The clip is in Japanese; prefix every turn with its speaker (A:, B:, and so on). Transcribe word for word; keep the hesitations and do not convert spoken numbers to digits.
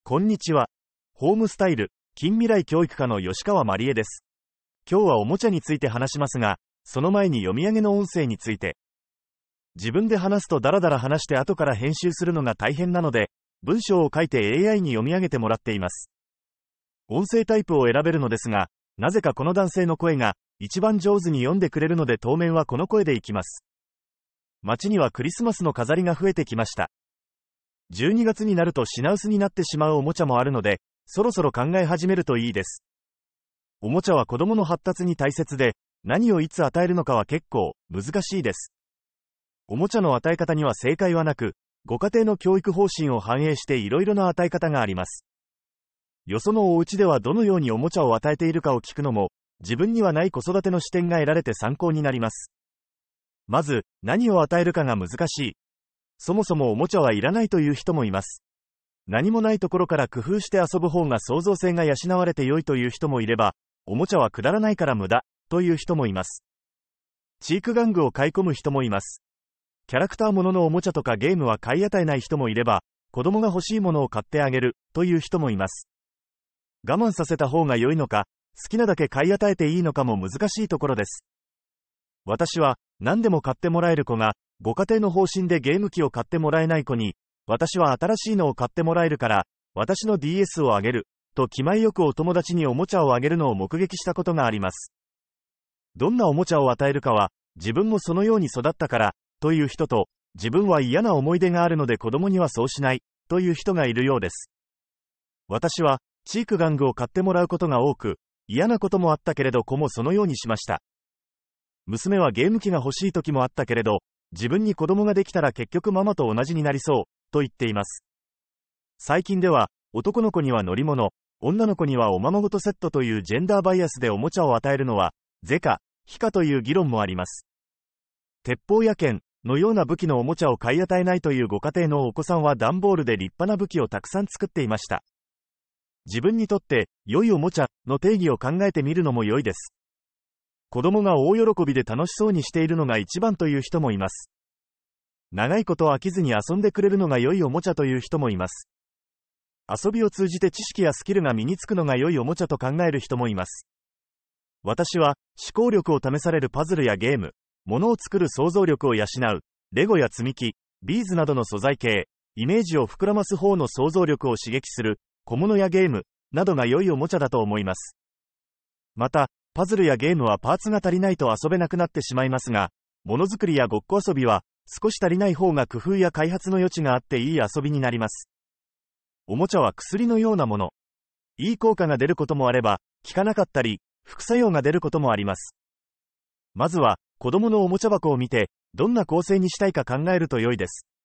A: こんにちは。ホームスタイル、近未来教育科の吉川まりえです。今日はおもちゃについて話しますが、その前に読み上げの音声について。自分で話すとダラダラ話して後から編集するのが大変なので、文章を書いて エーアイ に読み上げてもらっています。音声タイプを選べるのですが、なぜかこの男性の声が一番上手に読んでくれるので当面はこの声でいきます。街にはクリスマスの飾りが増えてきました。じゅうにがつになると品薄になってしまうおもちゃもあるので、そろそろ考え始めるといいです。おもちゃは子供の発達に大切で、何をいつ与えるのかは結構難しいです。おもちゃの与え方には正解はなく、ご家庭の教育方針を反映していろいろな与え方があります。よそのお家ではどのようにおもちゃを与えているかを聞くのも、自分にはない子育ての視点が得られて参考になります。まず、何を与えるかが難しい。そもそもおもちゃはいらないという人もいます。何もないところから工夫して遊ぶ方が創造性が養われて良いという人もいれば、おもちゃはくだらないから無駄という人もいます。知育玩具を買い込む人もいます。キャラクターもののおもちゃとかゲームは買い与えない人もいれば、子供が欲しいものを買ってあげるという人もいます。我慢させた方が良いのか、好きなだけ買い与えていいのかも難しいところです。私は何でも買ってもらえる子が、ご家庭の方針でゲーム機を買ってもらえない子に、私は新しいのを買ってもらえるから、私の ディーエス をあげる、と気前よくお友達におもちゃをあげるのを目撃したことがあります。どんなおもちゃを与えるかは、自分もそのように育ったから、という人と、自分は嫌な思い出があるので子供にはそうしない、という人がいるようです。私は、知育玩具を買ってもらうことが多く、嫌なこともあったけれど子もそのようにしました。娘はゲーム機が欲しい時もあったけれど、自分に子供ができたら結局ママと同じになりそう、と言っています。最近では、男の子には乗り物、女の子にはおままごとセットというジェンダーバイアスでおもちゃを与えるのは、是か、非かという議論もあります。鉄砲や剣のような武器のおもちゃを買い与えないというご家庭のお子さんは段ボールで立派な武器をたくさん作っていました。自分にとって良いおもちゃの定義を考えてみるのも良いです。子供が大喜びで楽しそうにしているのが一番という人もいます。長いこと飽きずに遊んでくれるのが良いおもちゃという人もいます。遊びを通じて知識やスキルが身につくのが良いおもちゃと考える人もいます。私は思考力を試されるパズルやゲーム、物を作る想像力を養う、レゴや積み木、ビーズなどの素材系、イメージを膨らます方の想像力を刺激する小物やゲームなどが良いおもちゃだと思います。また、パズルやゲームはパーツが足りないと遊べなくなってしまいますが、ものづくりやごっこ遊びは少し足りない方が工夫や開発の余地があっていい遊びになります。おもちゃは薬のようなもの。いい効果が出ることもあれば、効かなかったり、副作用が出ることもあります。まずは、子供のおもちゃ箱を見て、どんな構成にしたいか考えると良いです。